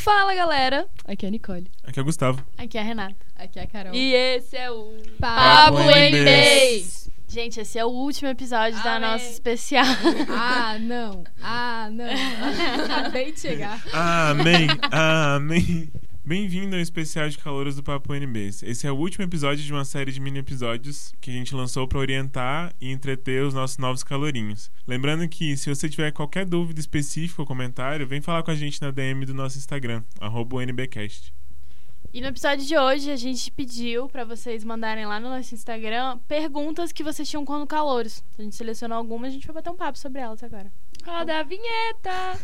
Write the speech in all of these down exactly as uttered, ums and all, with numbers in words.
Fala, galera! Aqui é a Nicole. Aqui é o Gustavo. Aqui é a Renata. Aqui é a Carol. E esse é o Papo N B. N B. Gente, esse é o último episódio da Amém. nossa especial. Ah, não. Ah, não. Acabei de chegar. Amém, amém. Bem-vindo ao especial de calouros do Papo N B. Esse é o último episódio de uma série de mini episódios que a gente lançou para orientar e entreter os nossos novos calourinhos. Lembrando que se você tiver qualquer dúvida específica ou comentário, vem falar com a gente na D M do nosso Instagram, arroba N B cast. E no episódio de hoje a gente pediu pra vocês mandarem lá no nosso Instagram perguntas que vocês tinham quando calouros. A gente selecionou algumas, a gente vai bater um papo sobre elas agora. Roda a vinheta!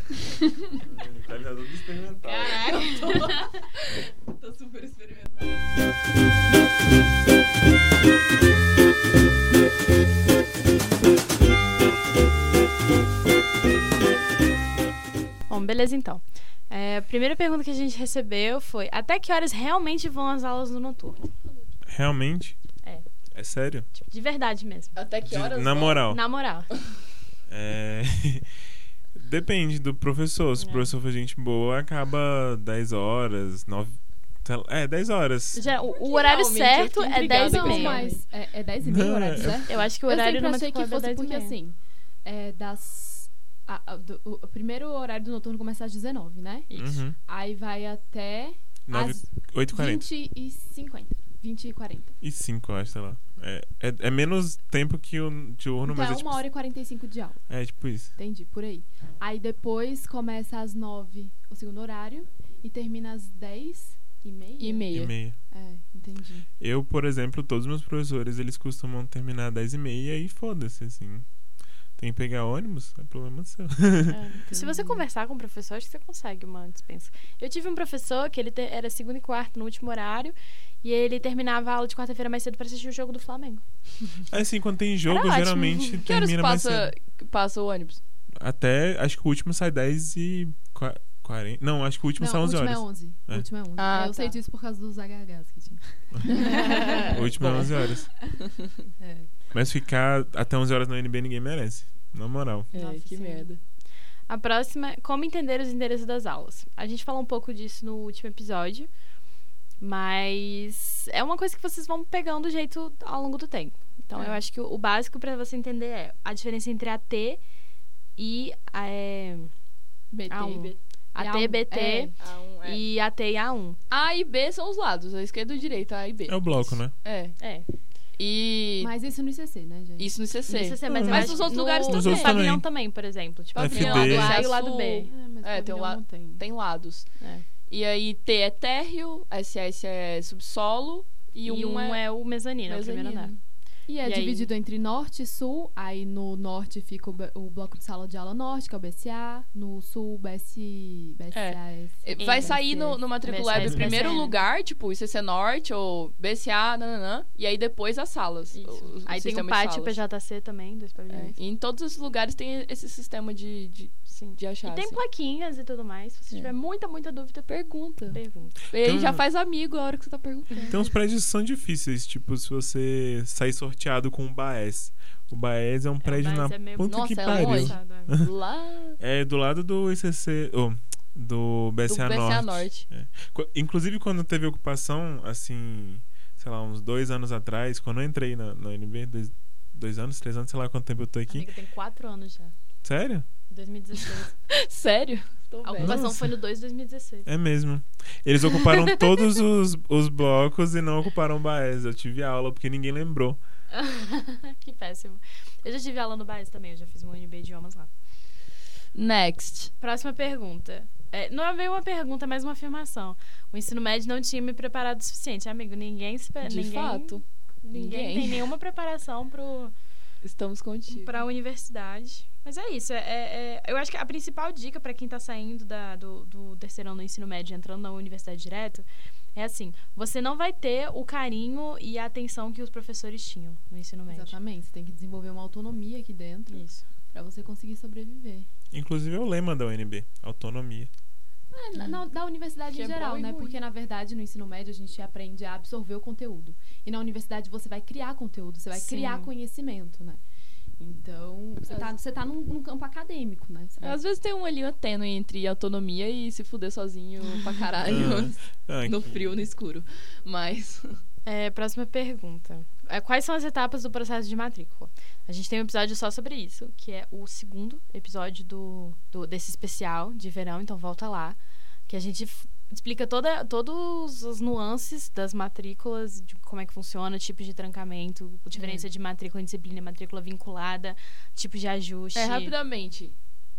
Caraca, tô... tô super experimentando. Bom, beleza então. É, a primeira pergunta que a gente recebeu foi: até que horas realmente vão as aulas do noturno? Realmente? É. É sério? Tipo, de verdade mesmo. Até que De- horas? na vão? moral. Na moral. É... Depende do professor. Se o É. professor for gente boa, acaba dez horas, nove... É, dez horas. Já, o, o que horário realmente? certo Eu fiquei é dez e intrigada com meia. isso. Mas é, é dez e meia Não, o horário é- certo? Eu acho que o Eu horário sempre no achei que Metaclub é fosse dez e porque, meia. assim, é das... A, a- do- o, o primeiro horário do noturno começa às dezenove, né? Isso. Uhum. Aí vai até nove, às oito e quarenta. vinte e cinquenta. vinte e quarenta. E cinco, eu acho, sei lá. É, é, é menos tempo que o diurno, Então mas é é tipo... uma hora e quarenta e cinco de aula. É tipo isso. Entendi, por aí. Aí depois começa às nove o segundo horário e termina às dez e meia. E meia. E meia. É, entendi. Eu, por exemplo, todos os meus professores, eles costumam terminar às dez e meia e foda-se, assim. Tem que pegar ônibus, é problema seu. É. Se você conversar com o professor, acho que você consegue uma dispensa. Eu tive um professor que ele te- era segundo e quarto no último horário e ele terminava a aula de quarta-feira mais cedo pra assistir o jogo do Flamengo. Assim, quando tem jogo, Era ótimo. geralmente Que horas termina mais passa, cedo. passa o ônibus? Até, acho que o último sai dez e quarenta. Não, acho que o último Não, sai o onze último horas. é onze. É. O último é onze. Ah, É, eu tá. sei disso por causa dos H Hs que tinha. O último é Bom. onze horas. É. Mas ficar até onze horas no N B ninguém merece. Na moral. É, Nossa que Senhora. merda. A próxima é como entender os endereços das aulas. A gente falou um pouco disso no último episódio, mas é uma coisa que vocês vão pegando do jeito ao longo do tempo. Então, É. eu acho que o, o básico pra você entender é a diferença entre A T e a, é, B T. A um. E A A T, um. B T É. A um é. e A T e A um. A e B são os lados, a esquerda e a direita, A e B. É o bloco, né? É. É. E Mas isso no I C C, né, gente? isso no I C C. No I C C, mas, eu Mas acho nos outros no, lugares no Nos outros pavilhão também. também, por exemplo. Tipo, F D. pavilhão do A e o Sul. lado B. É, mas É, tem um pavilhão lado- não tem. Tem lados. É. E aí T é térreo, S S é subsolo e, E um, um é o mezanino, é o primeiro andar. E é E aí? dividido entre norte e sul. Aí no norte fica o, B- o bloco de sala de aula norte, que é o B C A. No sul, B S... B S A S. É, Sim, vai B S sair no, no matriculado B S S, do primeiro B S N. lugar, tipo I C C Norte ou B C A, nananã, e aí depois as salas. Isso. o- o Aí tem sistema o de pátio salas. P J C também, dois É, pavilhões. e em todos os lugares tem esse sistema de, de, Sim. de achar. E tem assim. plaquinhas e tudo mais. Se você É. tiver muita, muita dúvida, Pergunta. pergunta. E aí Então- já faz amigo a hora que você tá perguntando. Tem uns prédios que são difíceis, tipo, se você sair sorteado com o Baes. O Baes é um prédio Baes na é meio- puta Nossa, que é pariu. longe. É. Lá É do lado do I C C, oh, do B do S A B C A Norte. Norte. Co- Inclusive, quando teve ocupação, assim, sei lá, uns dois anos atrás, quando eu entrei na, na U N B, dois, dois anos, três anos, sei lá quanto tempo eu tô aqui. Amiga, tem quatro anos já. Sério? dois mil e dezesseis. Sério? Tô A vendo. ocupação Nossa. foi no dois de dois mil e dezesseis. É mesmo. Eles ocuparam todos os, os blocos e não ocuparam o Baes. Eu tive aula porque ninguém lembrou. Que péssimo. Eu já tive aula no Baes também, eu já fiz uma U N B idiomas lá. Next. Próxima pergunta. É, não é bem uma pergunta, mas uma afirmação. O ensino médio não tinha me preparado o suficiente. Amigo, ninguém se... De ninguém, fato. Ninguém, ninguém. tem nenhuma preparação pro... Estamos contigo. Pra universidade. Mas é isso. É, é- eu acho que a principal dica pra quem tá saindo da- do, do terceiro ano do ensino médio e entrando na universidade direto é assim: você não vai ter o carinho e a atenção que os professores tinham no ensino médio. Exatamente. Você tem que desenvolver uma autonomia aqui dentro Isso. pra você conseguir sobreviver. Inclusive é o lema da U N B, autonomia. É, na- na- da universidade Que em é geral, bom e né? ruim. Porque, na verdade, no ensino médio, a gente aprende a absorver o conteúdo. E na universidade, você vai criar conteúdo, você vai Sim. criar conhecimento, né? Então, você tá, você tá num, num campo acadêmico, né? Você- Às vezes tem um olhinho tênue entre autonomia e se fuder sozinho pra caralho. Ah, no que- frio, no escuro. Mas. É, próxima pergunta. É, quais são as etapas do processo de matrícula? A gente tem um episódio só sobre isso, que é o segundo episódio do, do- desse especial de verão, então volta lá. Que a gente f- explica toda, todas as nuances das matrículas, de como é que funciona, tipos de trancamento, diferença de matrícula em disciplina, matrícula vinculada, tipo de ajuste. É, rapidamente.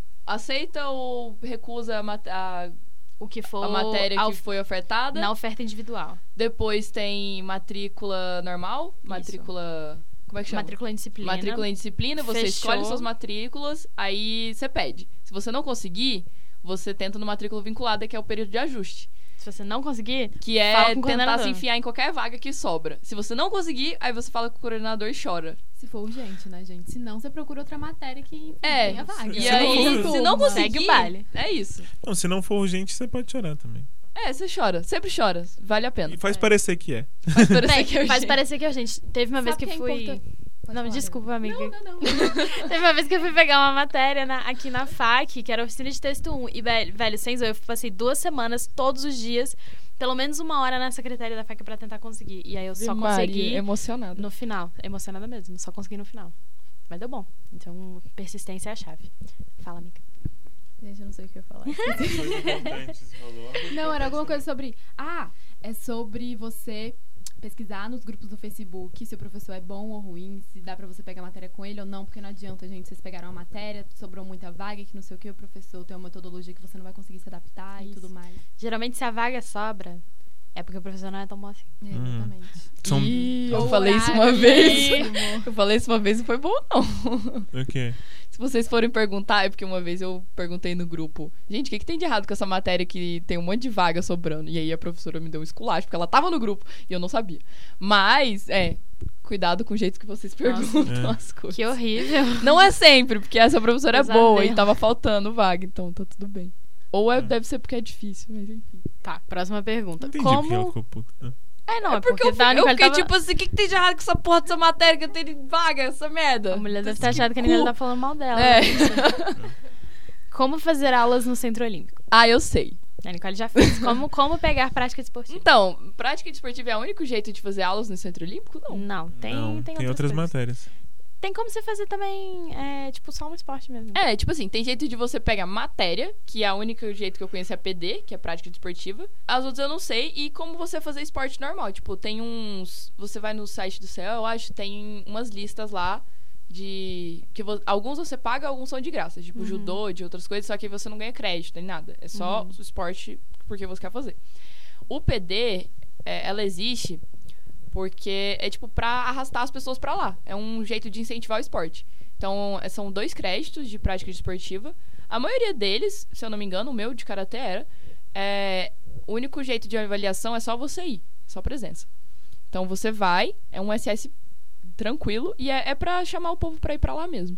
Aceita ou recusa a, mat- a- O que for a matéria a que of- foi ofertada? na oferta individual. Depois tem matrícula normal, matrícula. Como é que chama? Matrícula em disciplina. Matrícula em disciplina, você Fechou. escolhe suas matrículas, aí você pede. Se você não conseguir, você tenta no matrícula vinculada, que é o período de ajuste. Se você não conseguir, Que Fala é com o tentar coordenador. se enfiar em qualquer vaga que sobra. Se você não conseguir, aí você fala com o coordenador e chora. Se for urgente, né, gente? Se não, você procura outra matéria que É, tenha vaga. e Se aí, não for- se não conseguir, Segue o baile. é isso. Não, se não for urgente, você pode chorar também. É, você chora. Sempre chora. Vale a pena. E faz parecer que é. Faz parecer Bem, que é faz urgente. parecer que a gente... Teve uma vez Sabe que é fui... importante? Pode Não, falar, desculpa, amiga. Não, não, não. Teve uma vez que eu fui pegar uma matéria na- aqui na F A C, que era oficina de texto um. E, velho, velho sem zoar, eu passei duas semanas, todos os dias, pelo menos uma hora na secretaria da F A C pra tentar conseguir. E aí eu só Maria, consegui emocionada. no final. Emocionada mesmo, só consegui no final. Mas deu bom. Então, persistência é a chave. Fala, amiga. Gente, eu não sei o que eu ia falar. Coisa importante, você falou. Não, era alguma coisa sobre... Ah, é sobre você pesquisar nos grupos do Facebook se o professor é bom ou ruim, se dá pra você pegar matéria com ele ou não, porque não adianta, gente. Vocês pegaram uma matéria, sobrou muita vaga, que não sei o que, o professor tem uma metodologia que você não vai conseguir se adaptar e Isso. tudo mais. Geralmente, se a vaga sobra, é porque o professor não é tão bom assim. É, Hum. exatamente. São... Ih, eu Ou falei isso uma horário vez. péssimo. Eu falei isso uma vez e não foi bom, não. O quê? Se vocês forem perguntar, é porque uma vez eu perguntei no grupo, gente, o que, que tem de errado com essa matéria que tem um monte de vaga sobrando? E aí a professora me deu um esculacho, porque ela tava no grupo e eu não sabia. Mas, é, cuidado com o jeito que vocês perguntam É. as coisas. Que horrível. Não é sempre, porque essa professora é boa e Pesadelo. tava faltando vaga, então tá tudo bem. Ou é, É. deve ser porque é difícil, mas enfim. Tá, próxima pergunta. Não entendi porque ela Como... ficou puta. É, não, é, é porque, eu, da fiquei- eu Nicole fiquei tava... tipo assim, o que, que tem de errado com essa porra dessa matéria que eu tenho vaga, essa merda? A mulher deve Que ter achado que a cu. Nicole tá falando mal dela. É. Como fazer aulas no Centro Olímpico? Ah, eu sei. A Nicole já fez. Como, como pegar prática esportiva? Então, prática desportiva é o único jeito de fazer aulas no Centro Olímpico? Não. Não, tem, Não, tem, tem outras outras coisas. matérias. Tem como você fazer também, é, tipo, só um esporte mesmo. É, tipo assim, tem jeito de você pegar matéria, que é o único jeito que eu conheço é P D, que é prática desportiva. As outras eu não sei. E como você fazer esporte normal. Tipo, tem uns... Você vai no site do C E U, eu acho, tem umas listas lá de... que vo- alguns você paga, alguns são de graça. Tipo, Uhum. judô, de outras coisas, só que você não ganha crédito nem nada. É só Uhum. o esporte porque você quer fazer. O P D, é, ela existe porque é tipo pra arrastar as pessoas pra lá. É um jeito de incentivar o esporte. Então, é- são dois créditos de prática desportiva. A maioria deles, se eu não me engano, o meu de karatê era, é, o único jeito de avaliação é só você ir, só presença. Então, você vai, é um S S tranquilo e é, é pra chamar o povo pra ir pra lá mesmo.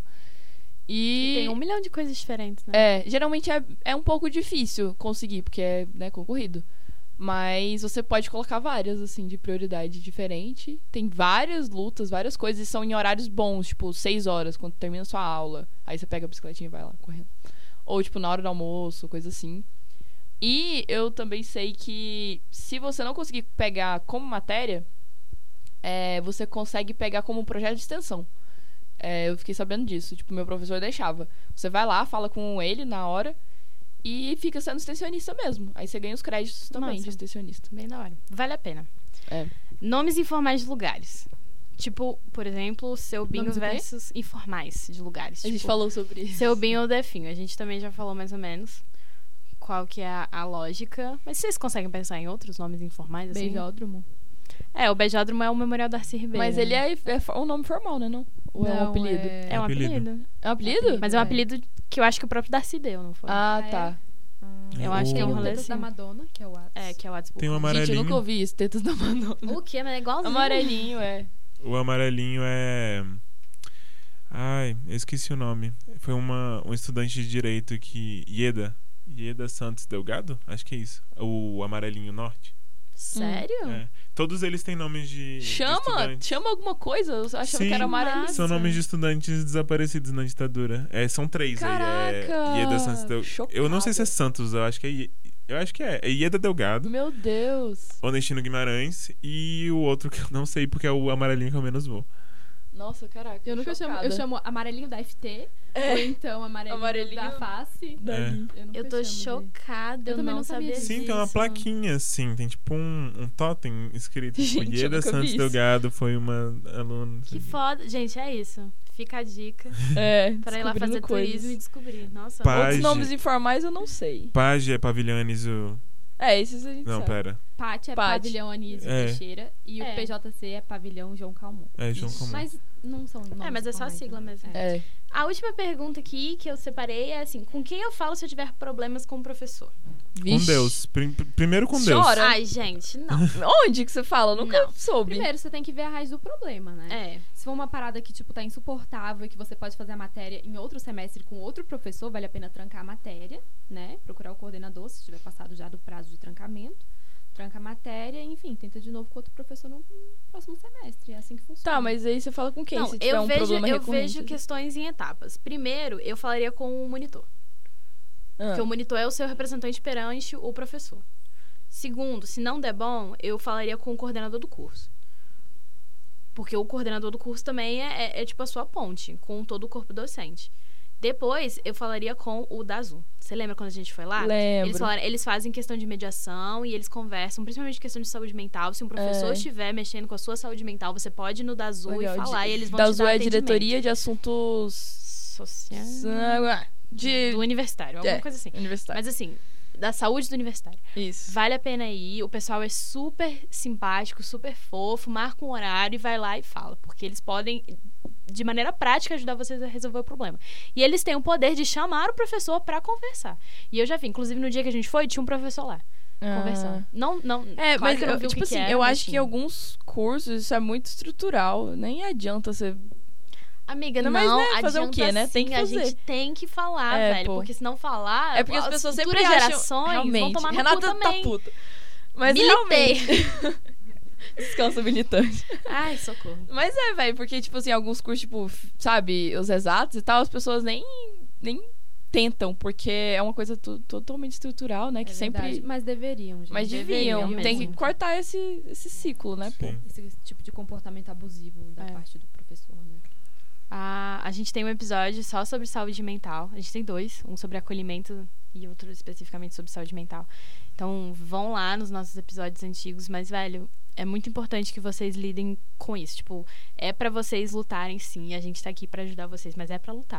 E Tem um milhão de coisas diferentes, né? é, geralmente é, é um pouco difícil conseguir, porque é, né, concorrido. Mas você pode colocar várias, assim, de prioridade diferente. Tem várias lutas, várias coisas, e são em horários bons, tipo, seis horas, quando termina a sua aula. Aí você pega a bicicletinha e vai lá correndo. Ou, tipo, na hora do almoço, coisa assim. E eu também sei que se você não conseguir pegar como matéria, é, você consegue pegar como um projeto de extensão. É, eu fiquei sabendo disso. Tipo, meu professor deixava. Você vai lá, fala com ele na hora e fica sendo extensionista mesmo. Aí você ganha os créditos também Massa. de extensionista. Bem da hora. Vale a pena. É. Nomes informais de lugares. Tipo, por exemplo, seu binho Nomes o quê? versus informais de lugares. A gente Tipo, falou sobre isso. seu binho ou definho. A gente também já falou mais ou menos qual que é a, a lógica. Mas vocês conseguem pensar em outros nomes informais, assim? Beijódromo. É, o Beijódromo é o Memorial Darcy Ribeiro. Mas ele é, é fo- um nome formal, né? Não? Ou é um Não, apelido? é- É um Apelido. apelido. É um apelido? Mas é um É. apelido que eu acho que o próprio Darcy deu, não foi? Ah, Ah, é? tá. Eu acho que é um Tem o rolê Tetas assim. da Madonna, que é o Whats. É, que é o WhatsApp. Tem um Gente, eu amarelinho. nunca ouvi isso. Tetas da Madonna. O quê? Mas é igualzinho. Amarelinho, é. O amarelinho é... Ai, eu esqueci o nome. Foi uma, um estudante de direito que... Ieda. Ieda Santos Delgado? Acho que é isso. O amarelinho norte. Sério? É. Todos eles têm nomes de, de Chama, estudantes. chama alguma coisa. Eu achava Sim, que era amarelinho. São nomes de estudantes desaparecidos na ditadura. É, são três Caraca! aí. É Ieda Santos Del... Chocada. Eu não sei se é Santos, eu acho que é. I- Eu acho que é. É Ieda Delgado, Meu Deus. Onestino Guimarães e o outro que eu não sei porque é o amarelinho que eu menos vou. Nossa, caraca. Eu nunca chamo, chocada. eu chamo amarelinho da F T, É. ou então amarelinho, Amarelinho da face. Dali. Eu, nunca Eu tô chamo de- chocada, Eu eu, também não não sabia sabia disso. Sim, disso. tem uma plaquinha, assim. Tem tipo um, um totem escrito. Tipo, Gente, eu Ieda nunca vi Santos isso. Delgado foi uma aluna. Que foda. Gente, é isso. Fica a dica É, pra ir lá fazer descobrindo coisas. turismo e descobrir. Nossa, Pá. Outros Page. nomes informais eu não sei. Page é Pavilhanes o. É, esses a gente Não, sabe. pera. Pati é Pati. Pavilhão Anísio É. Teixeira e É. o P J C é Pavilhão João Calmon. É João Isso. Comum. Mas não são nomes É, mas é só a formais, sigla né? mesmo. É. É. A última pergunta aqui que eu separei é assim: com quem eu falo se eu tiver problemas com o professor? Com Vixe. Deus. Prim- primeiro com Deus. Chora. Ai, gente, não. Onde que você fala? Eu nunca Não. soube. Primeiro, você tem que ver a raiz do problema, né? É. Se for uma parada que, tipo, tá insuportável e que você pode fazer a matéria em outro semestre com outro professor, vale a pena trancar a matéria, né? Procurar o coordenador, se tiver passado já do prazo de trancamento. Tranca a matéria, enfim, tenta de novo com outro professor no próximo semestre. É assim que funciona. Tá, mas aí você fala com quem? Não, se tiver eu um vejo, problema eu recorrente. vejo questões em etapas. Primeiro, eu falaria com o monitor. Ah. Porque o monitor é o seu representante perante o professor. Segundo, se não der bom, eu falaria com o coordenador do curso. Porque o coordenador do curso também é, é, é tipo a sua ponte com todo o corpo docente. Depois, eu falaria com o da Azul. Você lembra quando a gente foi lá? Lembro. Eles, falaram, eles fazem questão de mediação e eles conversam, principalmente questão de saúde mental. Se um professor É. estiver mexendo com a sua saúde mental, você pode ir no da Azul Legal. e falar De- e eles vão da te Azul dar é atendimento. diretoria de assuntos Sociais. de Do universitário, alguma É. coisa assim. universitário. Mas assim, da saúde do universitário. Isso. Vale a pena ir, o pessoal é super simpático, super fofo, marca um horário e vai lá e fala. Porque eles podem, de maneira prática, ajudar vocês a resolver o problema. E eles têm o poder de chamar o professor pra conversar. E eu já vi, inclusive no dia que a gente foi, tinha um professor lá, Ah. conversando. Não, não, É, claro mas que eu não eu, vi o tipo que que assim, era, eu mas acho que em tinha. alguns cursos isso é muito estrutural. Nem adianta você. Amiga, Não, não, mas, né, fazer o adianta quê, né? Tem sim, que a fazer. gente tem que falar, É, velho. pô. Porque se não falar, É porque as pessoas sempre futuras acham, gerações realmente, vão tomar no Renata cu tá também. puta. Mas Militei. realmente. Descansa militante. Ai, socorro. Mas é, velho, porque, tipo assim, alguns cursos, tipo, f- sabe, os exatos e tal, as pessoas nem, nem tentam, porque é uma coisa to- totalmente estrutural, né? Que É sempre. verdade, mas deveriam, gente. Mas deviam. deveriam Tem que mesmo. cortar esse, esse ciclo, né, pô? Sim. Esse tipo de comportamento abusivo da É. parte do professor, né? A, a gente tem um episódio só sobre saúde mental. A gente tem dois, um sobre acolhimento e outro especificamente sobre saúde mental. Então, vão lá nos nossos episódios antigos, mas, velho, é muito importante que vocês lidem com isso. Tipo, é pra vocês lutarem, sim. A gente tá aqui pra ajudar vocês, mas é pra lutar.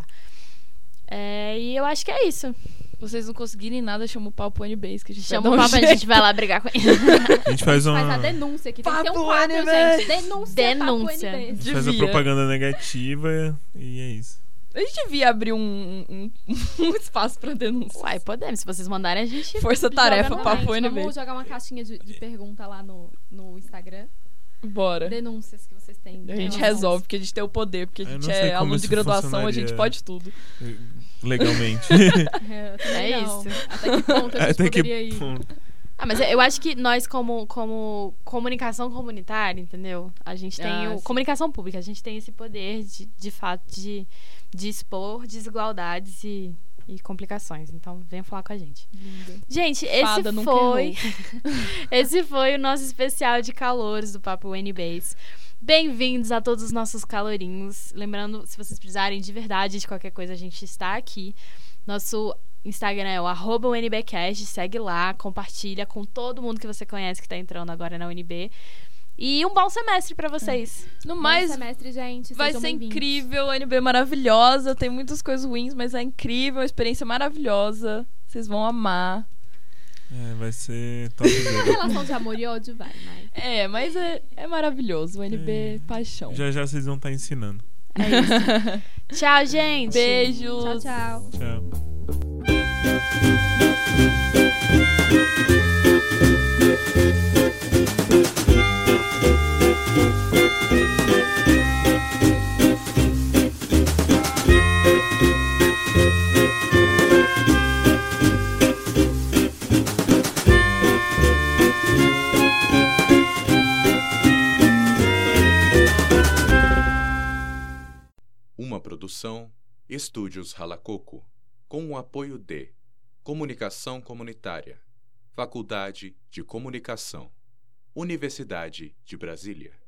É, e eu acho que é isso. Vocês não conseguirem nada, chama o Papo N-Base, que a gente Chama vai o dar um papo e a jeito. gente vai lá brigar com ele. A gente faz uma. Faz a denúncia aqui. Tem que ter um Papo quadro, N B. gente. Denúncia, Denúncia. Papo N B. A gente faz a Devia. propaganda negativa e é isso. A gente devia abrir um, um, um espaço pra denúncia. Uai, podemos. Se vocês mandarem, a gente Força Tarefa, joga no Papo ar. N B. Vamos jogar uma caixinha de, de pergunta lá no, no Instagram. Bora. Denúncias que vocês têm. A gente em relação resolve, porque a gente tem o poder, porque a Eu gente não sei é como aluno de isso graduação, a gente funcionaria. pode tudo. Legalmente. É, eu também É não. isso. Até que ponto a gente Até que poderia ir? ponto. Ah, mas eu acho que nós, como, como comunicação comunitária, entendeu? A gente tem Ah, o... sim. Comunicação pública, a gente tem esse poder, de, de fato, de, de expor desigualdades e, e complicações. Então, venham falar com a gente. Linda. Gente, esse Fada nunca foi... errou. esse foi o nosso especial de calouros do Papo N-Base. Bem-vindos a todos os nossos calorinhos. Lembrando, se vocês precisarem de verdade de qualquer coisa, a gente está aqui. Nosso Instagram é o arroba U N B Cast. Segue lá, compartilha com todo mundo que você conhece que tá entrando agora na U N B. E um bom semestre pra vocês. No Bom mais, semestre, gente. vai sejam ser bem-vindos. incrível. A N B é maravilhosa. Tem muitas coisas ruins, mas é incrível. Uma experiência maravilhosa. Vocês vão amar. É, vai ser top Uma zero. relação de amor e ódio vai, mas... É, mas é, é maravilhoso. O N B é paixão. Já já vocês vão estar ensinando. É isso. Tchau, gente. Beijos. Tchau, tchau. Tchau. Estúdios Ralacoco, com o apoio de Comunicação Comunitária, Faculdade de Comunicação, Universidade de Brasília.